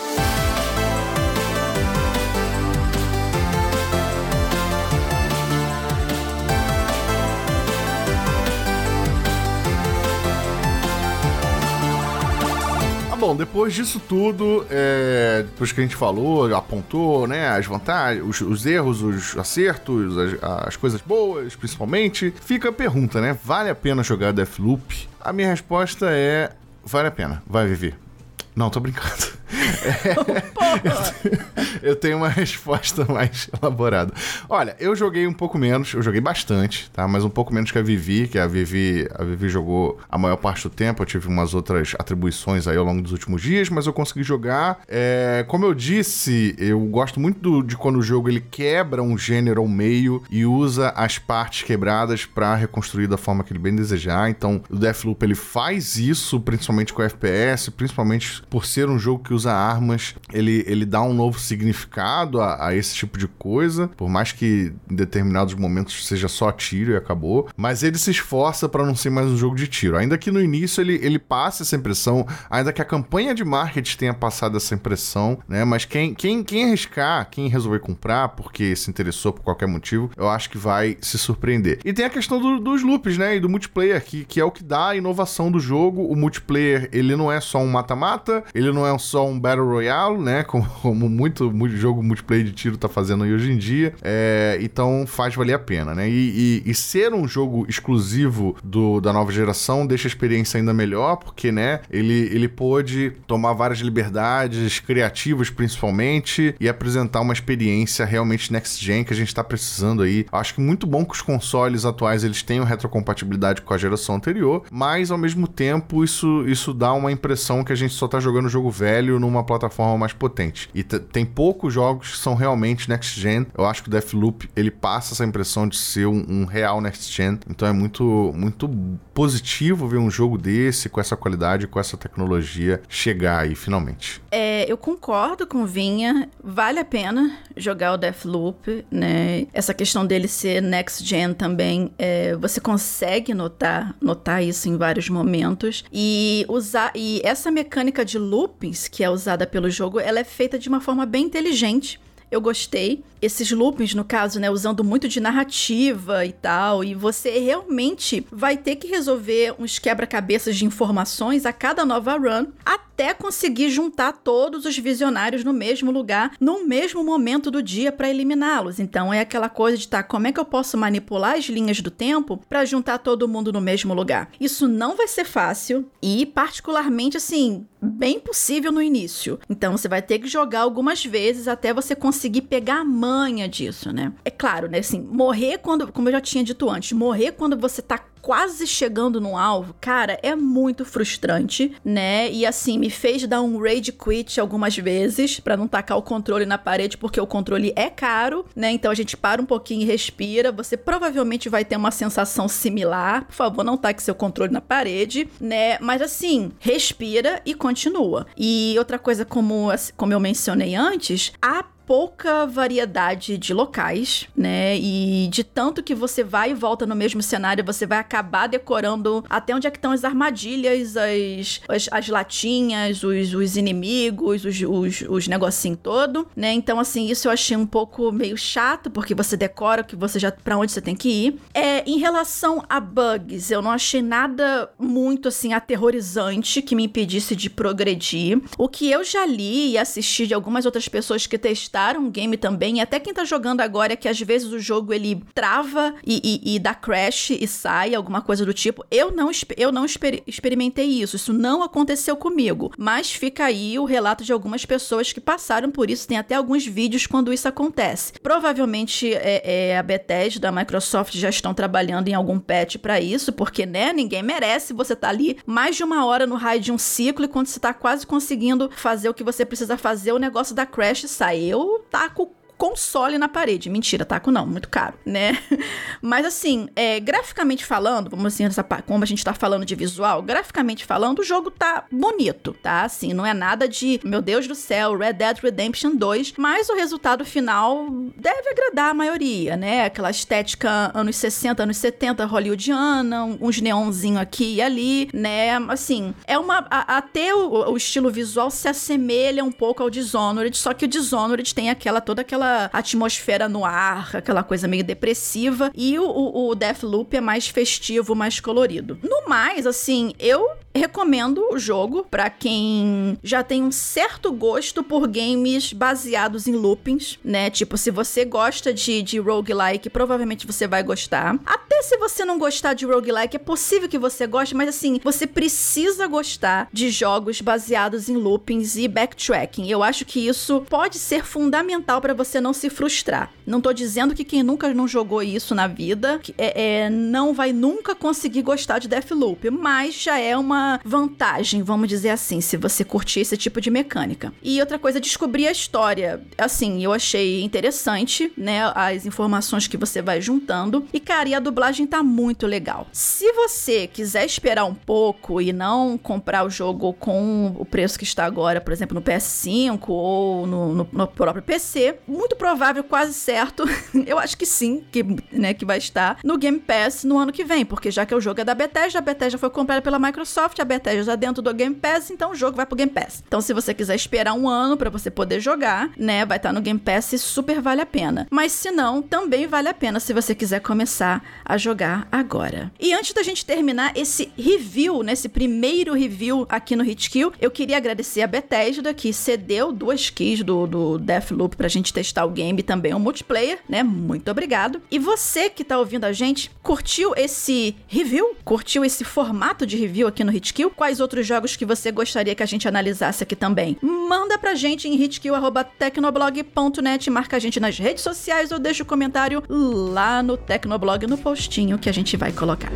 bom, depois disso tudo, depois que a gente falou, apontou, né, as vantagens, os erros, os acertos, as coisas boas, principalmente, fica a pergunta, né, vale a pena jogar Deathloop? A minha resposta é, vale a pena, vai viver. Não, tô brincando. Eu tenho uma resposta mais elaborada. Olha, eu joguei um pouco menos, eu joguei bastante, tá? Mas um pouco menos que a Vivi, a Vivi jogou a maior parte do tempo. Eu tive umas outras atribuições aí ao longo dos últimos dias, mas eu consegui jogar. Como eu disse, eu gosto muito de quando o jogo ele quebra um gênero ao meio e usa as partes quebradas pra reconstruir da forma que ele bem desejar. Então, o Deathloop ele faz isso, principalmente com FPS, principalmente por ser um jogo que usa armas, ele dá um novo significado a esse tipo de coisa, por mais que em determinados momentos seja só tiro e acabou, mas ele se esforça para não ser mais um jogo de tiro, ainda que no início ele passe essa impressão, ainda que a campanha de marketing tenha passado essa impressão, né, mas quem arriscar, quem resolver comprar porque se interessou por qualquer motivo, eu acho que vai se surpreender. E tem a questão dos loops, né, e do multiplayer, que é o que dá a inovação do jogo. O multiplayer, ele não é só um mata-mata, ele não é só um Battle Royale, né? Como muito jogo multiplayer de tiro tá fazendo aí hoje em dia. Então faz valer a pena, né? E ser um jogo exclusivo da nova geração deixa a experiência ainda melhor, porque, né? Ele pôde tomar várias liberdades criativas, principalmente, e apresentar uma experiência realmente next gen que a gente tá precisando aí. Acho que muito bom que os consoles atuais eles tenham retrocompatibilidade com a geração anterior, mas ao mesmo tempo isso dá uma impressão que a gente só tá jogando jogo velho numa plataforma mais potente. E tem poucos jogos que são realmente next gen. Eu acho que o Deathloop ele passa essa impressão de ser um real next gen. Então é muito, muito positivo ver um jogo desse, com essa qualidade, com essa tecnologia, chegar aí finalmente. Eu concordo com o Vinha. Vale a pena jogar o Deathloop, né? Essa questão dele ser next gen também, você consegue notar isso em vários momentos. E essa mecânica de loopings que é usada pelo jogo, ela é feita de uma forma bem inteligente. Eu gostei. Esses loopings, no caso, né, usando muito de narrativa e tal, e você realmente vai ter que resolver uns quebra-cabeças de informações a cada nova run, até conseguir juntar todos os visionários no mesmo lugar, no mesmo momento do dia para eliminá-los. Então é aquela coisa de como é que eu posso manipular as linhas do tempo para juntar todo mundo no mesmo lugar. Isso não vai ser fácil e particularmente, assim, bem possível no início. Então você vai ter que jogar algumas vezes até você conseguir pegar a manha disso, né? É claro, né? Assim, morrer quando, como eu já tinha dito antes, morrer quando você tá quase chegando no alvo, cara, é muito frustrante, né? E assim, me fez dar um rage quit algumas vezes pra não tacar o controle na parede, porque o controle é caro, né? Então a gente para um pouquinho e respira. Você provavelmente vai ter uma sensação similar. Por favor, não taque seu controle na parede, né? Mas assim, respira e continua. E outra coisa, como eu mencionei antes, a pouca variedade de locais, né? E de tanto que você vai e volta no mesmo cenário, você vai acabar decorando até onde é que estão as armadilhas, as latinhas, os inimigos, os negocinhos todo, né? Então, assim, isso eu achei um pouco meio chato, porque você decora que você já pra onde você tem que ir. Em relação a bugs, eu não achei nada muito, assim, aterrorizante que me impedisse de progredir. O que eu já li e assisti de algumas outras pessoas que testaram um game também, e até quem tá jogando agora, é que às vezes o jogo ele trava e dá crash e sai, alguma coisa do tipo. Eu não experimentei isso não aconteceu comigo, mas fica aí o relato de algumas pessoas que passaram por isso. Tem até alguns vídeos quando isso acontece. Provavelmente a Bethesda, a Microsoft já estão trabalhando em algum patch pra isso, porque, né, ninguém merece você tá ali mais de uma hora no raio de um ciclo, e quando você tá quase conseguindo fazer o que você precisa fazer, o negócio da crash sai. Eu taco console na parede. Mentira, taco não, muito caro, né? Mas assim, graficamente falando, vamos assim, como a gente tá falando de visual, graficamente falando, o jogo tá bonito, tá? Assim, não é nada de, meu Deus do céu, Red Dead Redemption 2, mas o resultado final deve agradar a maioria, né? Aquela estética anos 60, anos 70, hollywoodiana, uns neonzinho aqui e ali, né? Assim, até o estilo visual se assemelha um pouco ao Dishonored, só que o Dishonored tem toda aquela aquela atmosfera no ar, aquela coisa meio depressiva, e o Deathloop é mais festivo, mais colorido. No mais, assim, eu recomendo o jogo pra quem já tem um certo gosto por games baseados em loopings, né? Tipo, se você gosta de roguelike, provavelmente você vai gostar. Até se você não gostar de roguelike, é possível que você goste, mas assim, você precisa gostar de jogos baseados em loopings e backtracking. Eu acho que isso pode ser fundamental pra você não se frustrar. Não tô dizendo que quem nunca não jogou isso na vida não vai nunca conseguir gostar de Deathloop, mas já é uma vantagem, vamos dizer assim, se você curtir esse tipo de mecânica. E outra coisa, descobrir a história. Assim, eu achei interessante, né, as informações que você vai juntando. E, cara, e a dublagem tá muito legal. Se você quiser esperar um pouco e não comprar o jogo com o preço que está agora, por exemplo, no PS5 ou no próprio PC, muito provável, quase certo, eu acho que sim, que vai estar no Game Pass no ano que vem, porque já que o jogo é da Bethesda, a Bethesda foi comprada pela Microsoft, a Bethesda já dentro do Game Pass, então o jogo vai pro Game Pass. Então se você quiser esperar um ano pra você poder jogar, né, vai estar no Game Pass e super vale a pena. Mas se não, também vale a pena se você quiser começar a jogar agora. E antes da gente terminar esse review, nesse primeiro review aqui no Hitkill, eu queria agradecer a Bethesda que cedeu 2 keys do Deathloop pra gente testar o game e também o multiplayer, né? Muito obrigado. E você que tá ouvindo a gente, curtiu esse review? Curtiu esse formato de review aqui no Hitkill? Quais outros jogos que você gostaria que a gente analisasse aqui também? Manda pra gente em hitkill@tecnoblog.net, marca a gente nas redes sociais ou deixa o comentário lá no Tecnoblog, no postinho que a gente vai colocar.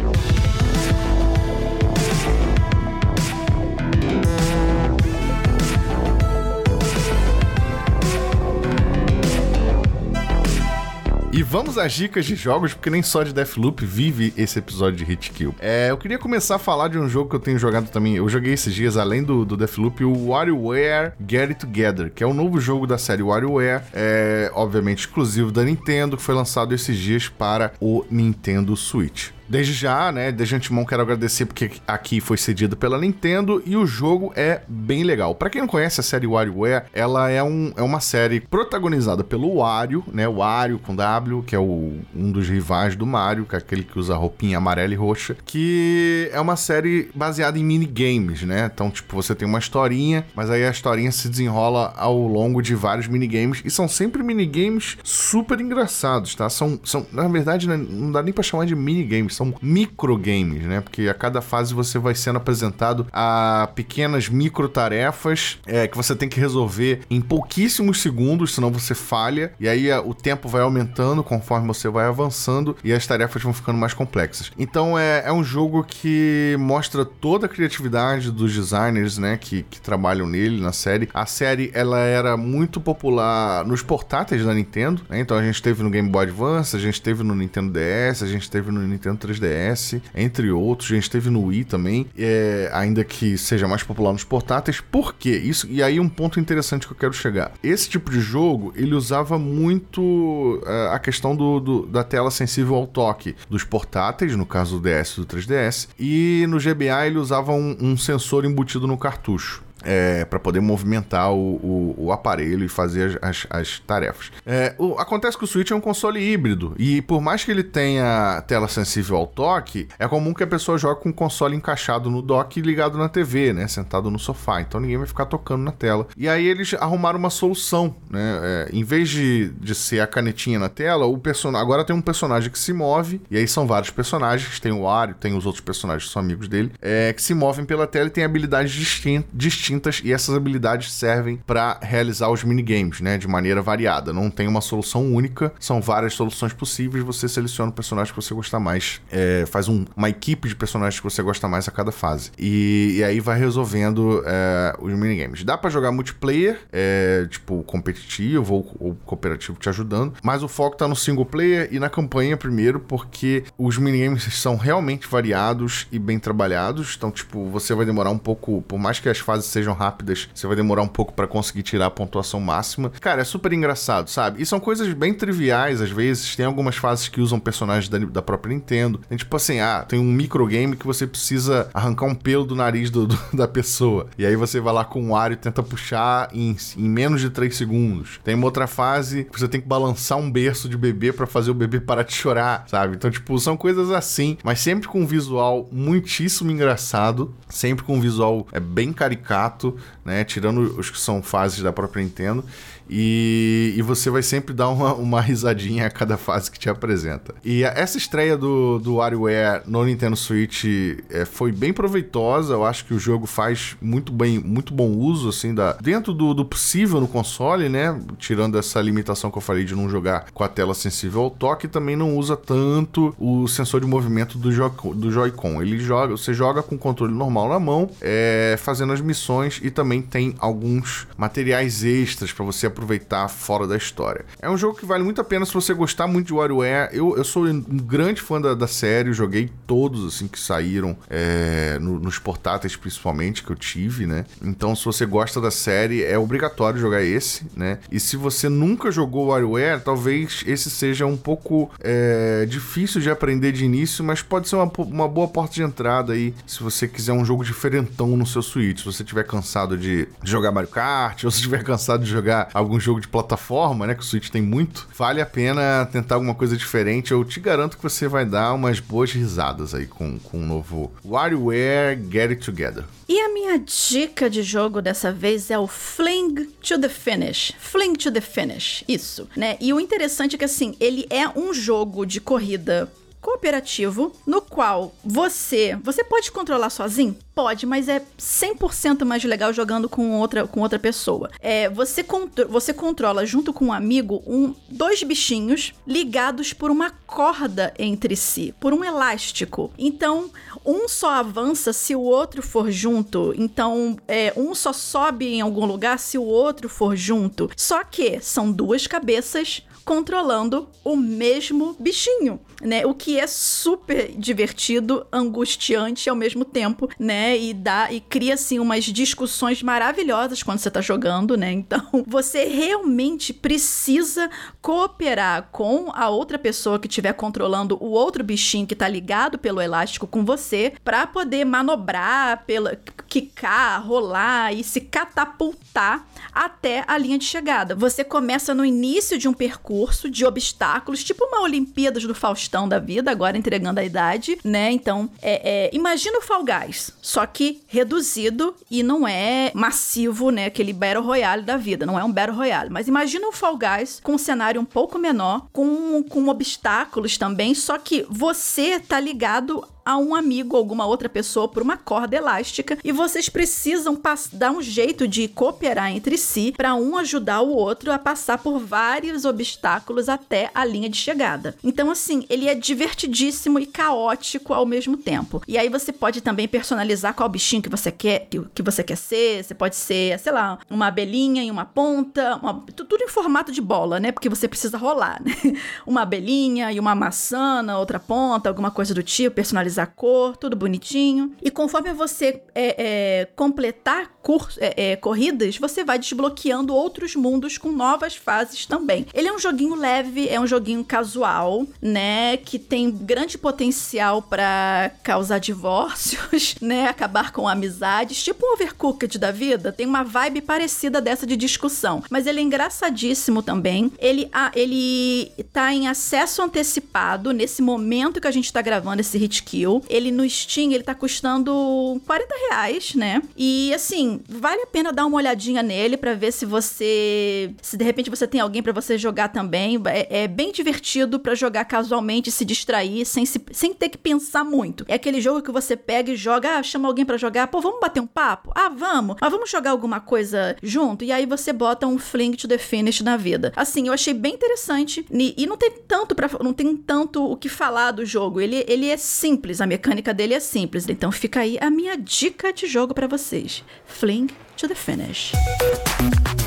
E vamos às dicas de jogos, porque nem só de Deathloop vive esse episódio de Hitkill. Eu queria começar a falar de um jogo que eu tenho jogado também. Eu joguei esses dias, além do Deathloop, o WarioWare Get It Together, que é um novo jogo da série WarioWare, obviamente exclusivo da Nintendo, que foi lançado esses dias para o Nintendo Switch. Desde já, né, desde antemão quero agradecer porque aqui foi cedido pela Nintendo e o jogo é bem legal. Pra quem não conhece a série WarioWare, ela é uma série protagonizada pelo Wario, né, o Wario com W, que é um dos rivais do Mario, que é aquele que usa roupinha amarela e roxa, que é uma série baseada em minigames, né, então tipo, você tem uma historinha, mas aí a historinha se desenrola ao longo de vários minigames e são sempre minigames super engraçados, tá? São na verdade, né, não dá nem pra chamar de minigames, são microgames, né? Porque a cada fase você vai sendo apresentado a pequenas microtarefas que você tem que resolver em pouquíssimos segundos, senão você falha. E aí o tempo vai aumentando conforme você vai avançando e as tarefas vão ficando mais complexas. Então é um jogo que mostra toda a criatividade dos designers, né? Que trabalham nele, na série. A série, ela era muito popular nos portáteis da Nintendo, né? Então a gente teve no Game Boy Advance, a gente teve no Nintendo DS, a gente teve no Nintendo 3DS, entre outros. A gente teve no Wii também, ainda que seja mais popular nos portáteis. Por quê? Isso, e aí um ponto interessante que eu quero chegar. Esse tipo de jogo, ele usava muito a questão da tela sensível ao toque dos portáteis, no caso do DS e do 3DS, e no GBA ele usava um sensor embutido no cartucho. Para poder movimentar o aparelho e fazer as tarefas. Acontece que o Switch é um console híbrido e por mais que ele tenha tela sensível ao toque, é comum que a pessoa jogue com o console encaixado no dock e ligado na TV, né, sentado no sofá, então ninguém vai ficar tocando na tela. E aí eles arrumaram uma solução, né, em vez de ser a canetinha na tela, agora tem um personagem que se move, e aí são vários personagens, tem o Wario, tem os outros personagens que são amigos dele, que se movem pela tela e tem habilidades distintas, e essas habilidades servem para realizar os minigames, né, de maneira variada. Não tem uma solução única, são várias soluções possíveis. Você seleciona o personagem que você gosta mais, faz uma equipe de personagens que você gosta mais a cada fase. E aí vai resolvendo os minigames. Dá para jogar multiplayer, tipo competitivo ou cooperativo te ajudando, mas o foco tá no single player e na campanha primeiro, porque os minigames são realmente variados e bem trabalhados. Então, tipo, você vai demorar um pouco, por mais que as fases sejam rápidas, você vai demorar um pouco pra conseguir tirar a pontuação máxima. Cara, é super engraçado, sabe? E são coisas bem triviais, às vezes. Tem algumas fases que usam personagens da própria Nintendo. Tem tipo assim, tem um microgame que você precisa arrancar um pelo do nariz da pessoa. E aí você vai lá com o Wario e tenta puxar em menos de 3 segundos. Tem uma outra fase que você tem que balançar um berço de bebê pra fazer o bebê parar de chorar, sabe? Então, tipo, são coisas assim, mas sempre com um visual muitíssimo engraçado, sempre com um visual bem caricato, né? Tirando os que são fases da própria Nintendo. E você vai sempre dar uma risadinha a cada fase que te apresenta. E essa estreia do WarioWare no Nintendo Switch foi bem proveitosa. Eu acho que o jogo faz muito bom uso, assim, dentro do possível no console, né? Tirando essa limitação que eu falei de não jogar com a tela sensível ao toque, também não usa tanto o sensor de movimento do Joy-Con. Você joga com o controle normal na mão, fazendo as missões, e também tem alguns materiais extras para você aproveitar fora da história. É um jogo que vale muito a pena se você gostar muito de WarioWare. Eu sou um grande fã da série, joguei todos assim que saíram, nos portáteis principalmente, que eu tive, né? Então, se você gosta da série, é obrigatório jogar esse, né? E se você nunca jogou WarioWare, talvez esse seja um pouco difícil de aprender de início, mas pode ser uma boa porta de entrada aí, se você quiser um jogo diferentão no seu Switch. Se você estiver cansado de jogar Mario Kart, ou se estiver cansado de jogar algum jogo de plataforma, né, que o Switch tem muito, vale a pena tentar alguma coisa diferente. Eu te garanto que você vai dar umas boas risadas aí com o novo WarioWare Get It Together. E a minha dica de jogo dessa vez é o Fling to the Finish. Fling to the Finish, isso, né? E o interessante é que, assim, ele é um jogo de corrida cooperativo, no qual você pode controlar sozinho? Pode, mas é 100% mais legal jogando com outra pessoa. Você controla junto com um amigo dois bichinhos ligados por uma corda entre si, por um elástico. Então, um só avança se o outro for junto. Então, um só sobe em algum lugar se o outro for junto. Só que são duas cabeças controlando o mesmo bichinho, né? O que é super divertido, angustiante ao mesmo tempo, né? E cria, assim, umas discussões maravilhosas quando você tá jogando, né? Então, você realmente precisa cooperar com a outra pessoa que estiver controlando o outro bichinho que tá ligado pelo elástico com você, pra poder manobrar, quicar, rolar e se catapultar até a linha de chegada. Você começa no início de um percurso de obstáculos, tipo uma Olimpíadas do Faustão da vida, agora entregando a idade, né? Então, imagina o Fall Guys, só que reduzido e não é massivo, né? Aquele Battle Royale da vida, não é um Battle Royale. Mas imagina o Fall Guys com um cenário um pouco menor, com obstáculos também, só que você tá ligado a um amigo ou alguma outra pessoa por uma corda elástica e vocês precisam dar um jeito de cooperar entre si para um ajudar o outro a passar por vários obstáculos até a linha de chegada. Então, assim, ele é divertidíssimo e caótico ao mesmo tempo. E aí você pode também personalizar qual bichinho que você quer ser. Você pode ser, sei lá, uma abelhinha em uma ponta, tudo em formato de bola, né? Porque você precisa rolar, né? Uma abelhinha e uma maçã na outra ponta, alguma coisa do tipo, personalizar a cor, tudo bonitinho. E conforme você completar corridas, você vai desbloqueando outros mundos com novas fases também. Ele é um joguinho leve, é um joguinho casual, né? Que tem grande potencial pra causar divórcios, né? Acabar com amizades, tipo um Overcooked da vida. Tem uma vibe parecida dessa de discussão. Mas ele é engraçadíssimo também. Ele tá em acesso antecipado nesse momento que a gente tá gravando esse Hit Kill. Ele no Steam, ele tá custando R$40, né? E assim, vale a pena dar uma olhadinha nele pra ver se de repente você tem alguém pra você jogar também. É bem divertido pra jogar casualmente, se distrair, sem ter que pensar muito. É aquele jogo que você pega e joga, chama alguém pra jogar, pô, vamos bater um papo? Vamos. Mas vamos jogar alguma coisa junto? E aí você bota um Fling to the Finish na vida. Assim, eu achei bem interessante e não tem tanto o que falar do jogo. Ele é simples, a mecânica dele é simples. Então fica aí a minha dica de jogo pra vocês. Fling to the Finish.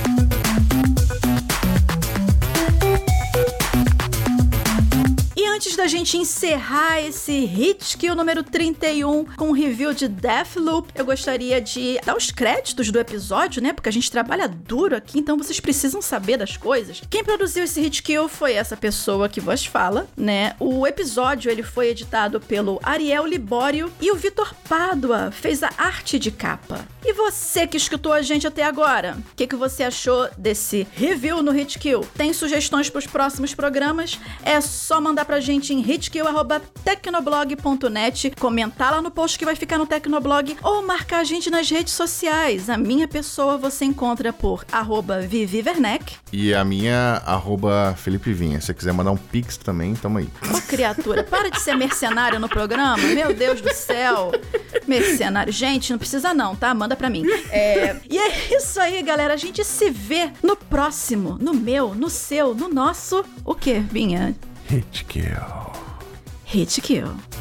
Antes antes da gente encerrar esse Hit Kill número 31 com um review de Deathloop, eu gostaria de dar os créditos do episódio, né? Porque a gente trabalha duro aqui, então vocês precisam saber das coisas. Quem produziu esse Hit Kill foi essa pessoa que vos fala, né? O episódio, ele foi editado pelo Ariel Libório e o Vitor Pádua fez a arte de capa. E você que escutou a gente até agora, o que você achou desse review no Hit Kill? Tem sugestões para os próximos programas? É só mandar pra gente em hitkill@tecnoblog.net, comentar lá no post que vai ficar no Tecnoblog ou marcar a gente nas redes sociais. A minha pessoa você encontra por @Vivi Werneck. E a minha, @Felipe Vinha. Se você quiser mandar um pix também, tamo aí. Ô, criatura, para de ser mercenário no programa. Meu Deus do céu. Mercenário. Gente, não precisa não, tá? Manda pra mim. E é isso aí, galera. A gente se vê no próximo, no meu, no seu, no nosso... O quê, Vinha? Hit Kill. Hit Kill.